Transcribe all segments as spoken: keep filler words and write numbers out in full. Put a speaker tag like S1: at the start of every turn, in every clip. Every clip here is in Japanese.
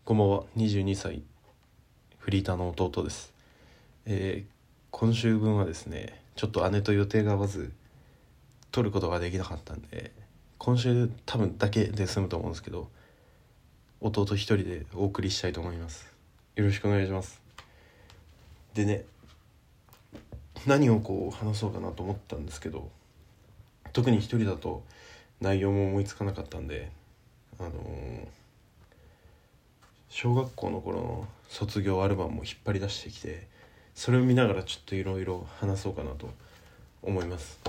S1: こんばんは。にじゅうにさいフリーターの弟です。えー、今週分はですね、ちょっと姉と予定が合わず撮ることができなかったんで、今週多分だけで済むと思うんですけど、弟一人でお送りしたいと思います。よろしくお願いします。でね、何をこう話そうかなと思ったんですけど、特に一人だと内容も思いつかなかったんで、あのー、小学校の頃の卒業アルバムを引っ張り出してきて、それを見ながらちょっといろいろ話そうかなと思います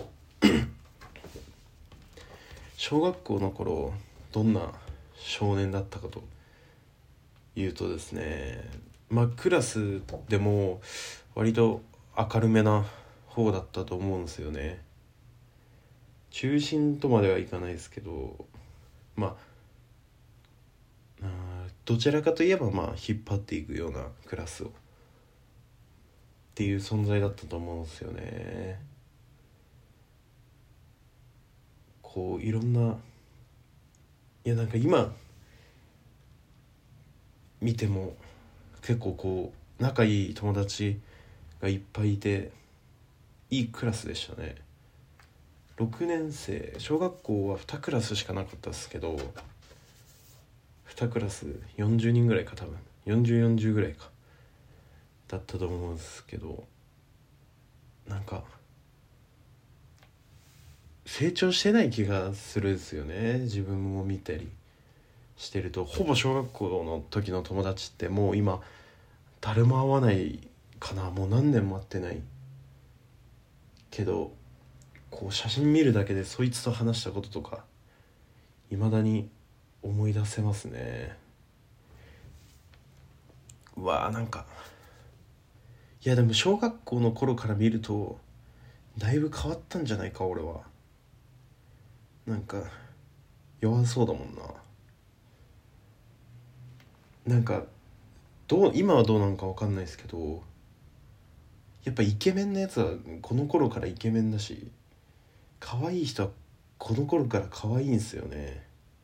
S1: 小学校の頃どんな少年だったかというとですね、まあクラスでも割と明るめな方だったと思うんですよね。中心とまではいかないですけど、まあどちらかといえばまあ引っ張っていくようなクラスをっていう存在だったと思うんですよね。こういろんな、いやなんか今見ても結構こう仲いい友達がいっぱいいていいクラスでしたね。ろくねん生、小学校はにクラスしかなかったですけど、にクラスよんじゅうにんぐらいか、多分よんじゅう、よんじゅうぐらいかだったと思うんですけど、なんか成長してない気がするんですよね。自分も見たりしてると、ほぼ小学校の時の友達ってもう今誰も会わないかな。もう何年も会ってないけど、こう写真見るだけでそいつと話したこととか未だに思い出せますね。うわー、なんかいやでも小学校の頃から見るとだいぶ変わったんじゃないか俺は。なんか弱そうだもんな。なんかどう今はどうなんか分かんないですけど、やっぱイケメンなやつはこの頃からイケメンだし、可愛い人はこの頃から可愛いんすよね。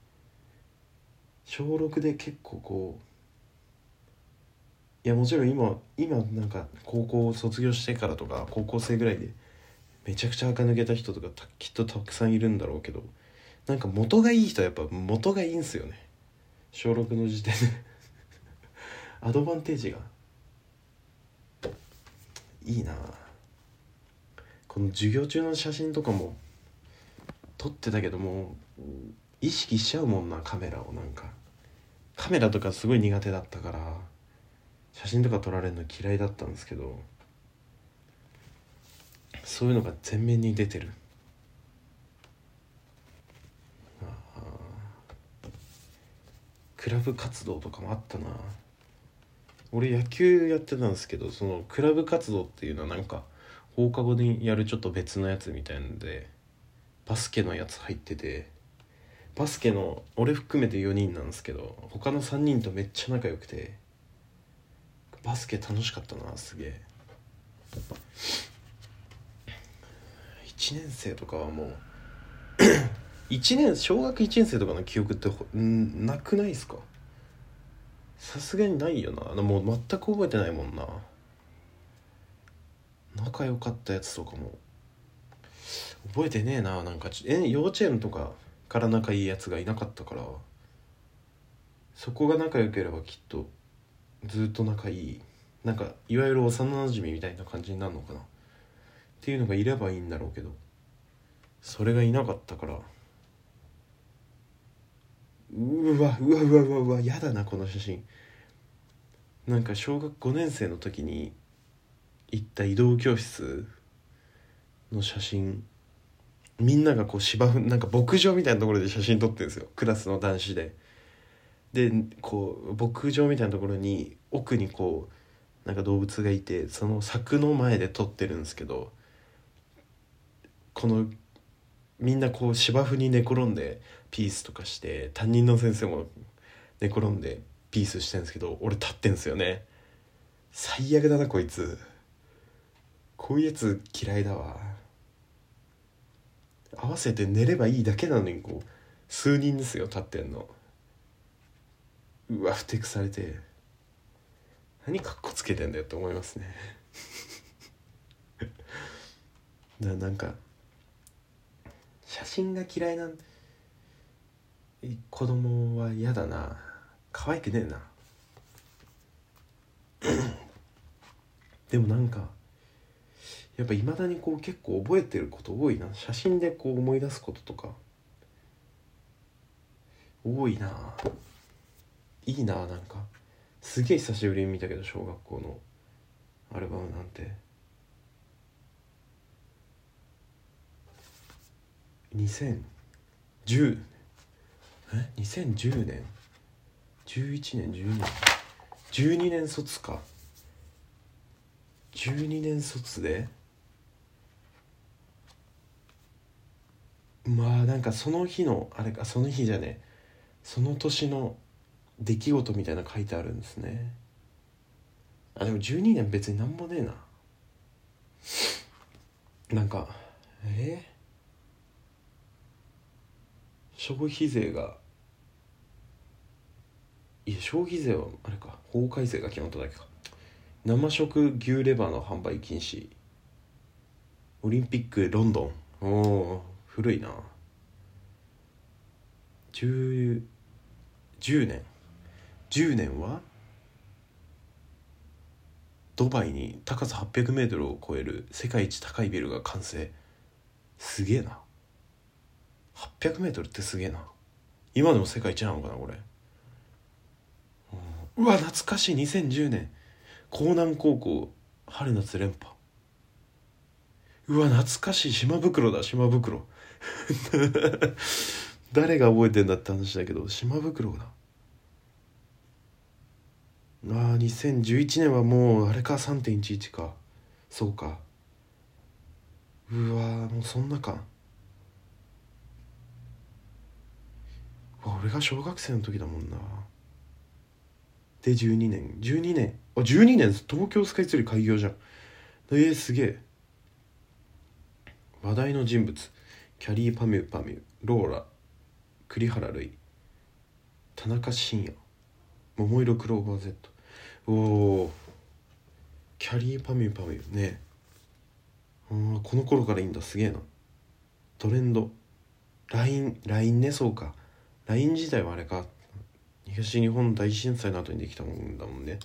S1: 小ろくで結構こう、いやもちろん今今なんか高校を卒業してからとか高校生ぐらいでめちゃくちゃ垢抜けた人とかきっとたくさんいるんだろうけど、なんか元がいい人はやっぱ元がいいんすよね。小ろくの時点でアドバンテージがいいな。この授業中の写真とかも撮ってたけども、意識しちゃうもんな、カメラを。なんかカメラとかすごい苦手だったから写真とか撮られるの嫌いだったんですけど、そういうのが前面に出てる。クラブ活動とかもあったな。俺野球やってたんですけど、そのクラブ活動っていうのはなんか放課後にやるちょっと別のやつみたいなので、バスケのやつ入ってて、バスケの俺含めてよにんなんですけど、他のさんにんとめっちゃ仲良くて、バスケ楽しかったな。すげえいちねん生とかはもういちねん小学いちねん生とかの記憶ってんなくないっすか？さすがにないよな。もう全く覚えてないもんな。仲良かったやつとかも覚えてねえな。なんかえ幼稚園とかから仲いいやつがいなかったから、そこが仲良ければきっとずっと仲いい、なんかいわゆる幼馴染みたいな感じになるのかなっていうのがいればいいんだろうけど、それがいなかったから、うわうわうわうわうわやだなこの写真。なんか小学ごねん生の時に行った移動教室の写真、みんながこう芝生なんか牧場みたいなところで写真撮ってるんですよ、クラスの男子で。でこう牧場みたいなところに奥にこうなんか動物がいて、その柵の前で撮ってるんですけど、このみんなこう芝生に寝転んでピースとかして、担任の先生も寝転んでピースしてるんですけど、俺立ってんすよね。最悪だなこいつ。こういうやつ嫌いだわ。合わせて寝ればいいだけなのにこう数人ですよ立ってんの。 うわふてくされて、何カッコつけてんだよって思いますねだなんか写真が嫌いな子供は嫌だな。可愛くねえなでもなんかやっぱ未だにこう結構覚えてること多いな。写真でこう思い出すこととか多いな。いいな。なんかすげえ久しぶりに見たけど、小学校のアルバムなんてにせんじゅうえにせんじゅうねんじゅういちねんじゅうにねんじゅうにねん卒か。じゅうにねん卒でまあなんかその日のあれか、その日じゃねえその年の出来事みたいなの書いてあるんですね。あでもじゅうにねん別になんもねえな。なんかえー、消費税がいや消費税はあれか、法改正が決まっただけか。生食牛レバーの販売禁止、オリンピックロンドン、おお古いな。10 10年じゅうねんはドバイに高さはっぴゃくメートルを超える世界一高いビルが完成。すげえな。はっぴゃくメートルってすげえな。今でも世界一なのかなこれ。うわ懐かしい。にせんじゅうねん江南高校春夏連覇。うわ懐かしい。島袋だ島袋誰が覚えてんだって話だけど島袋だ。ああにせんじゅういちねんはもうあれか さんてんいちいち か。そうか。うわもうそんなか。うわ俺が小学生の時だもんな。でじゅうにねんじゅうにねんあじゅうにねん東京スカイツリー開業じゃん。えー、すげえ。話題の人物キャリーパミュパミュローラ栗原類田中伸也桃色クローバー Z。 おおキャリーパミュパミュね。あこの頃からいいんだ。すげえな。トレンド ライン ライン ね。そうか ライン 自体はあれか東日本大震災の後にできたもんだもんね。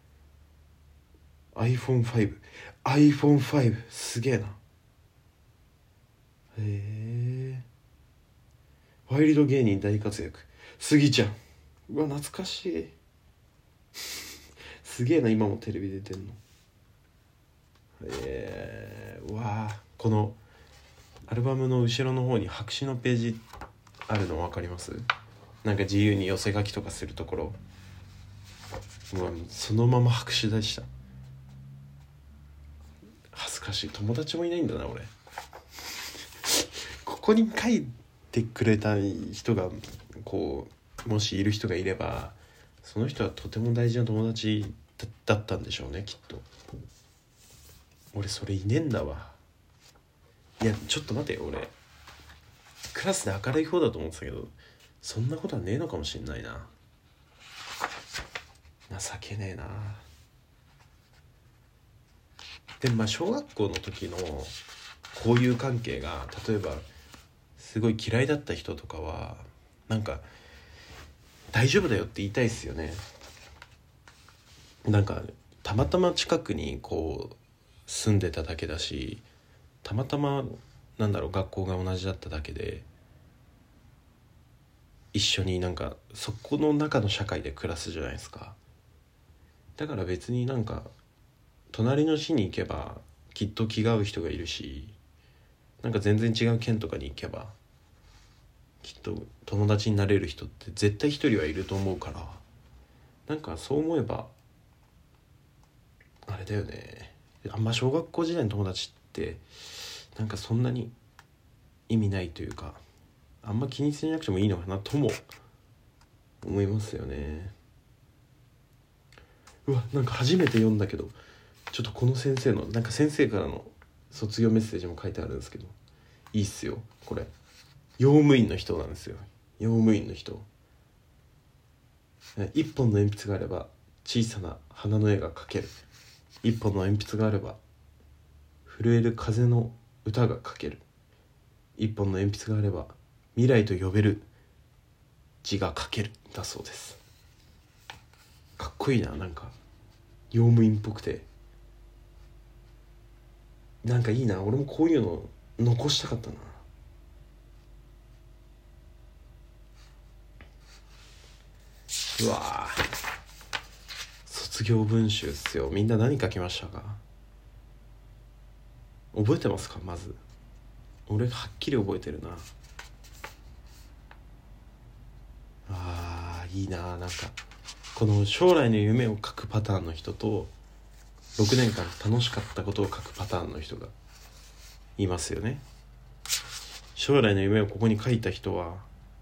S1: アイフォンファイブ アイフォンファイブ すげえな。へえワイルド芸人大活躍スギちゃん。うわ懐かしいすげえな今もテレビ出てんの。えー、うわこのアルバムの後ろの方に白紙のページあるの分かります？なんか自由に寄せ書きとかするところ、うわそのまま白紙でした。恥ずかしい。友達もいないんだな俺ここに書いてくれた人がこうもしいる人がいればその人はとても大事な友達 だ, だったんでしょうねきっと。俺それいねえんだわ。いやちょっと待てよ俺クラスで明るい方だと思ってたけどそんなことはねえのかもしんないな。情けねえな。でもまあ小学校の時の交友関係が例えばすごい嫌いだった人とかはなんか大丈夫だよって言いたいっすよね。なんかたまたま近くにこう住んでただけだし、たまたまなんだろう学校が同じだっただけで一緒になんかそこの中の社会で暮らすじゃないですか。だから別になんか隣の市に行けばきっと気が合う人がいるし、なんか全然違う県とかに行けばきっと友達になれる人って絶対一人はいると思うから、なんかそう思えばあれだよね。あんま小学校時代の友達ってなんかそんなに意味ないというかあんま気にしなくてもいいのかなとも思いますよね。うわなんか初めて読んだけどちょっとこの先生のなんか先生からの卒業メッセージも書いてあるんですけどいいっすよこれ。用務員の人なんですよ。用務員の人一本の鉛筆があれば小さな花の絵が描ける。一本の鉛筆があれば震える風の歌が書ける。一本の鉛筆があれば未来と呼べる字が書けるだそうです。かっこいいな。なんか用務員っぽくてなんかいいな。俺もこういうの残したかったな。うわ卒業文集っすよ。みんな何書きましたか？覚えてますか？まず俺はっきり覚えてるな。あーいいな。なんかこの将来の夢を書くパターンの人とろくねんかん楽しかったことを書くパターンの人がいますよね。将来の夢をここに書いた人は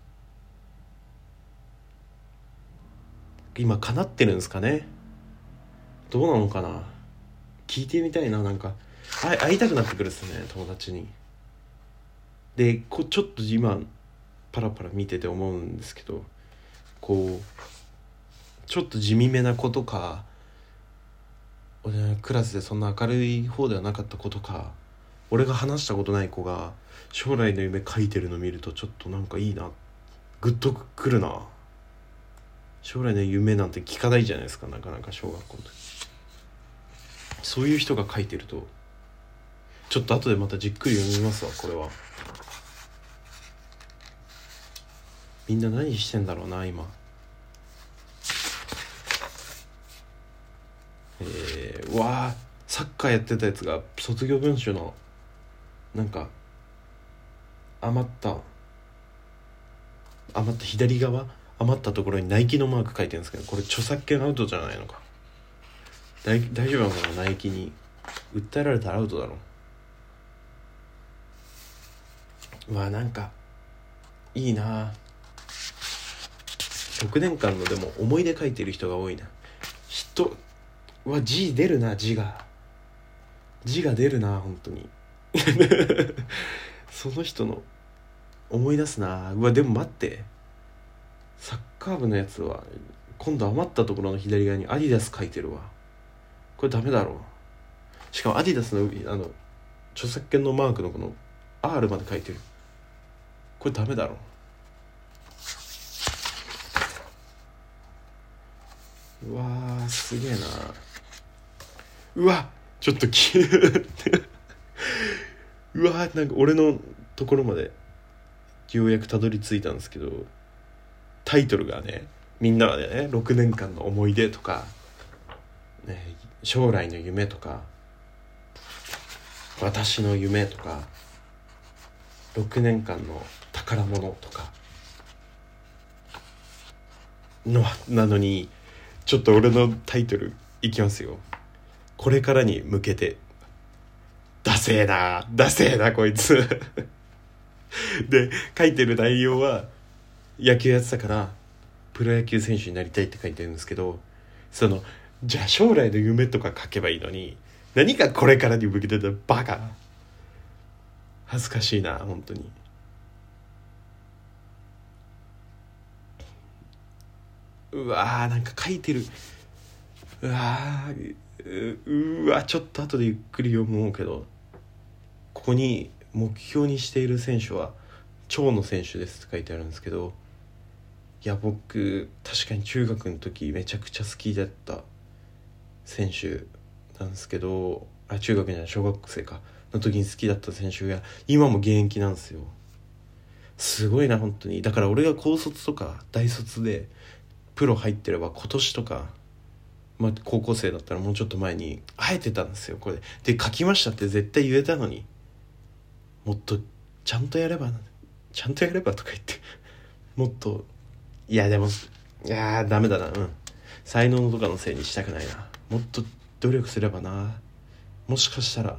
S1: 今叶ってるんですかね。どうなのかな。聞いてみたいな。なんか会会いたくなってくるっすね、友達に。でこちょっと今パラパラ見てて思うんですけど、こうちょっと地味めな子とか、俺クラスでそんな明るい方ではなかった子とか、俺が話したことない子が将来の夢書いてるの見るとちょっとなんかいいな、グッとくるな。将来の夢なんて聞かないじゃないですか、なかなか小学校の時。そういう人が書いてるとちょっと後でまたじっくり読みますわ。これはみんな何してんだろうな今。えー、うわーサッカーやってたやつが卒業文集のなんか余った余った左側余ったところにナイキのマーク書いてるんですけど、これ著作権アウトじゃないのか。大, 大丈夫なのかな。ナイキに訴えられたらアウトだろう。うわなんかいいな。ろくねんかんのでも思い出書いてる人が多いな。人は字出るな。字が字が出るな本当にその人の思い出すな。うわでも待って、サッカー部のやつは今度余ったところの左側にアディダス書いてるわ。これダメだろう。しかもアディダスのあの著作権のマークのこの アール まで書いてる。これダメだろう。うわーすげえな。うわちょっときうわなんか俺のところまでようやくたどり着いたんですけど、タイトルがね、みんなはねろくねんかんの思い出とか、ね、将来の夢とか私の夢とかろくねんかんの宝物とかのなのに、ちょっと俺のタイトルいきますよ。これからに向けて。ダセーなダセーなこいつで書いてる内容は野球やってたからプロ野球選手になりたいって書いてるんですけど、そのじゃあ将来の夢とか書けばいいのに、何かこれからに向けてたバカ。恥ずかしいな本当に。うわーなんか書いてる。うわー う, うわちょっと後でゆっくり読もうけど、ここに目標にしている選手は長野選手ですって書いてあるんですけど、いや僕確かに中学の時めちゃくちゃ好きだった選手なんですけど、あ中学じゃない小学生かの時に好きだった選手が今も現役なんですよ。すごいな本当に。だから俺が高卒とか大卒でプロ入ってれば今年とか、まあ、高校生だったらもうちょっと前に会えてたんですよこれで。で書きましたって絶対言えたのに、もっとちゃんとやればちゃんとやればとか言ってもっと、いやでもいやダメだな。うん才能とかのせいにしたくないな。もっと努力すればな。もしかしたら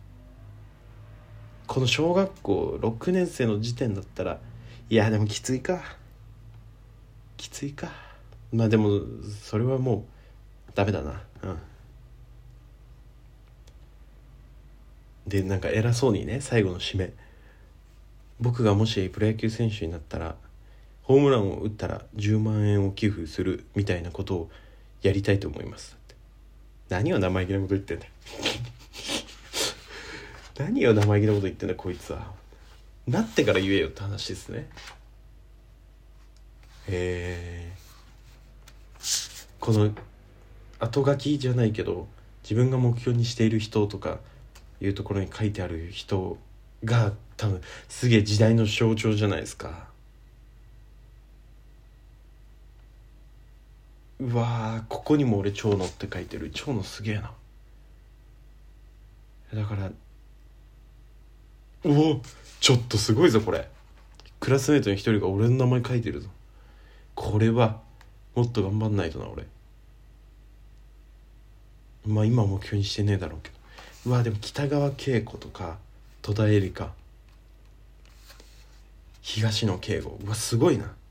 S1: この小学校ろくねん生の時点だったら、いやでもきついかきついかまあでもそれはもうダメだな。うんでなんか偉そうにね最後の締め、僕がもしプロ野球選手になったらホームランを打ったらじゅうまんえんを寄付するみたいなことをやりたいと思います。って何を生意気なこと言ってんだよ何を生意気なこと言ってんだこいつは。なってから言えよって話ですね。えー、この後書きじゃないけど自分が目標にしている人とかいうところに書いてある人が多分すげえ時代の象徴じゃないですか。うわー、ここにも俺蝶野って書いてる。蝶野すげえな。だからおお、ちょっとすごいぞこれ。クラスメートに一人が俺の名前書いてるぞ。これはもっと頑張んないとな俺。まあ今目標にしてねえだろうけど。うわでも北川景子とか戸田恵梨香、東野圭吾、うわすごいな。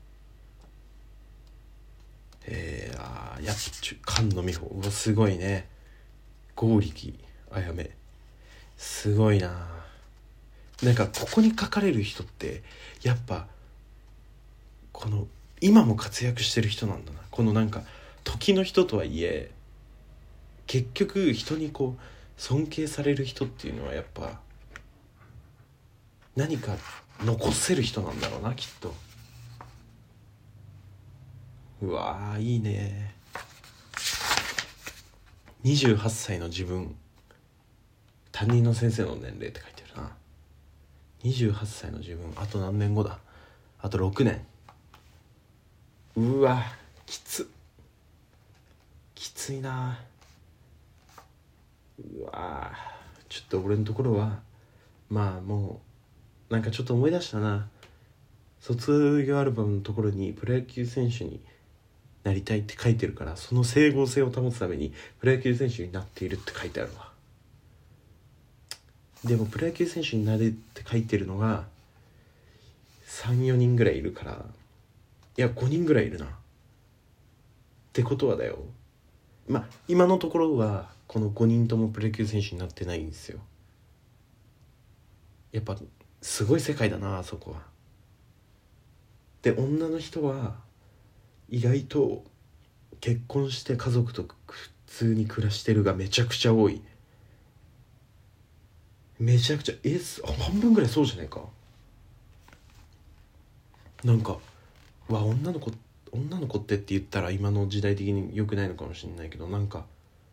S1: えー、あーやっぱ菅野美穂、うわすごいね。剛力あやめ、すごいな。なんかここに書かれる人ってやっぱこの今も活躍してる人なんだな。このなんか時の人とはいえ結局人にこう尊敬される人っていうのはやっぱ何か残せる人なんだろうなきっと。うわーいいね。にじゅうはっさいの自分、担任の先生の年齢って書いてるな。にじゅうはっさいの自分、あと何年後だ。あとろくねん。うわきつきついな。うわちょっと俺のところはまあもうなんかちょっと思い出したな。卒業アルバムのところにプロ野球選手になりたいって書いてるから、その整合性を保つためにプロ野球選手になっているって書いてあるわ。でもプロ野球選手になるって書いてるのが さん,よ 人ぐらいいるから、いやごにんぐらいいるなってことはだよ。まあ今のところはこのごにんともプロ野球選手になってないんですよ。やっぱすごい世界だなあそこは。で女の人は意外と結婚して家族と普通に暮らしてるがめちゃくちゃ多い。めちゃくちゃえ半分ぐらいそうじゃないか。なんかわ女の子女の子ってって言ったら今の時代的に良くないのかもしれないけど、なんか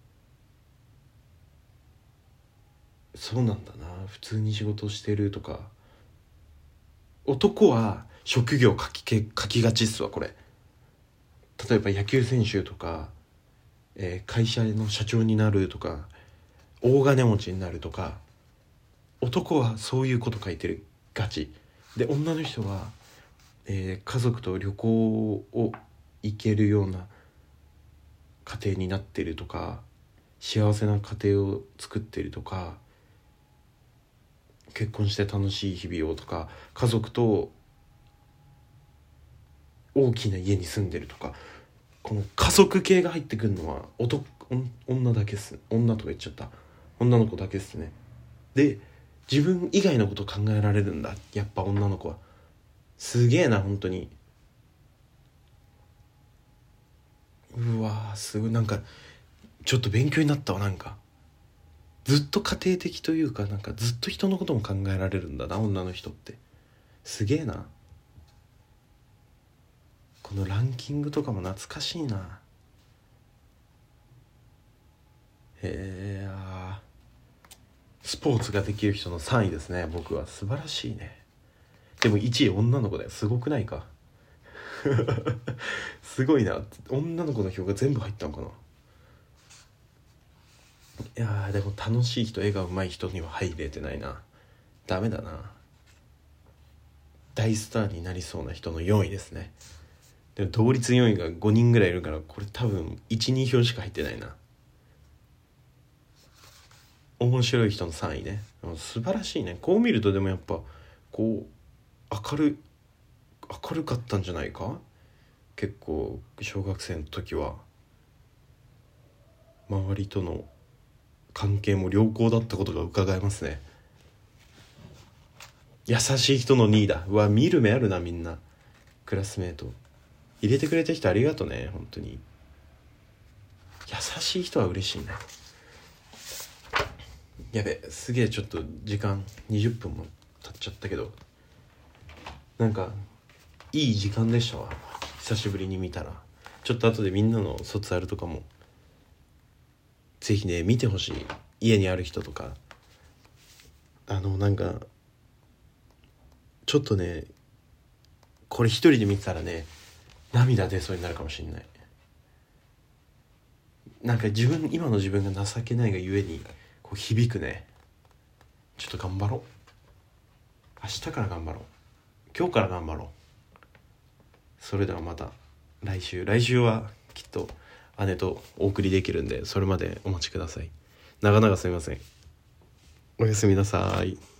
S1: そうなんだな。普通に仕事してるとか。男は職業書きけ書きがちっすわこれ。例えば野球選手とか、えー、会社の社長になるとか大金持ちになるとか、男はそういうこと書いてるガチで、女の人は、えー、家族と旅行を行けるような家庭になってるとか、幸せな家庭を作ってるとか、結婚して楽しい日々をとか、家族と大きな家に住んでるとか、この家族系が入ってくるのは男女だけっす。女とか言っちゃった。女の子だけっすね。で自分以外のこと考えられるんだやっぱ女の子は。すげえな本当に。うわーすごい。なんかちょっと勉強になったわ。なんかずっと家庭的というか、なんかずっと人のことも考えられるんだな女の人って。すげえな。このランキングとかも懐かしいな。へえ。あスポーツができる人のさんいですね。僕は素晴らしいね。でもいちい女の子だよ。すごくないかすごいな。女の子の票が全部入ったのかな。いやーでも楽しい人、絵が上手い人には入れてないな。ダメだな。大スターになりそうな人のよんいですね。でも同率よんいがごにんぐらいいるから、これ多分 いち,に 票しか入ってないな。面白い人のさんいね。素晴らしいね。こう見るとでもやっぱこう明る明るかったんじゃないか。結構小学生の時は周りとの関係も良好だったことが伺えますね。優しい人のにいだ。うわ見る目あるなみんな。 クラスメート入れてくれた人ありがとね。本当に優しい人は嬉しいね。やべ、すげえちょっと時間にじゅっぷんも経っちゃったけど、なんかいい時間でしたわ。久しぶりに見たら。ちょっと後でみんなの卒アルとかもぜひね見てほしい。家にある人とか、あのなんかちょっとねこれ一人で見てたらね涙出そうになるかもしれない。なんか自分今の自分が情けないがゆえにこう響くね。ちょっと頑張ろう。明日から頑張ろう。今日から頑張ろう。それではまた来週来週はきっと姉とお送りできるんで、それまでお待ちください。長々すみません。おやすみなさい。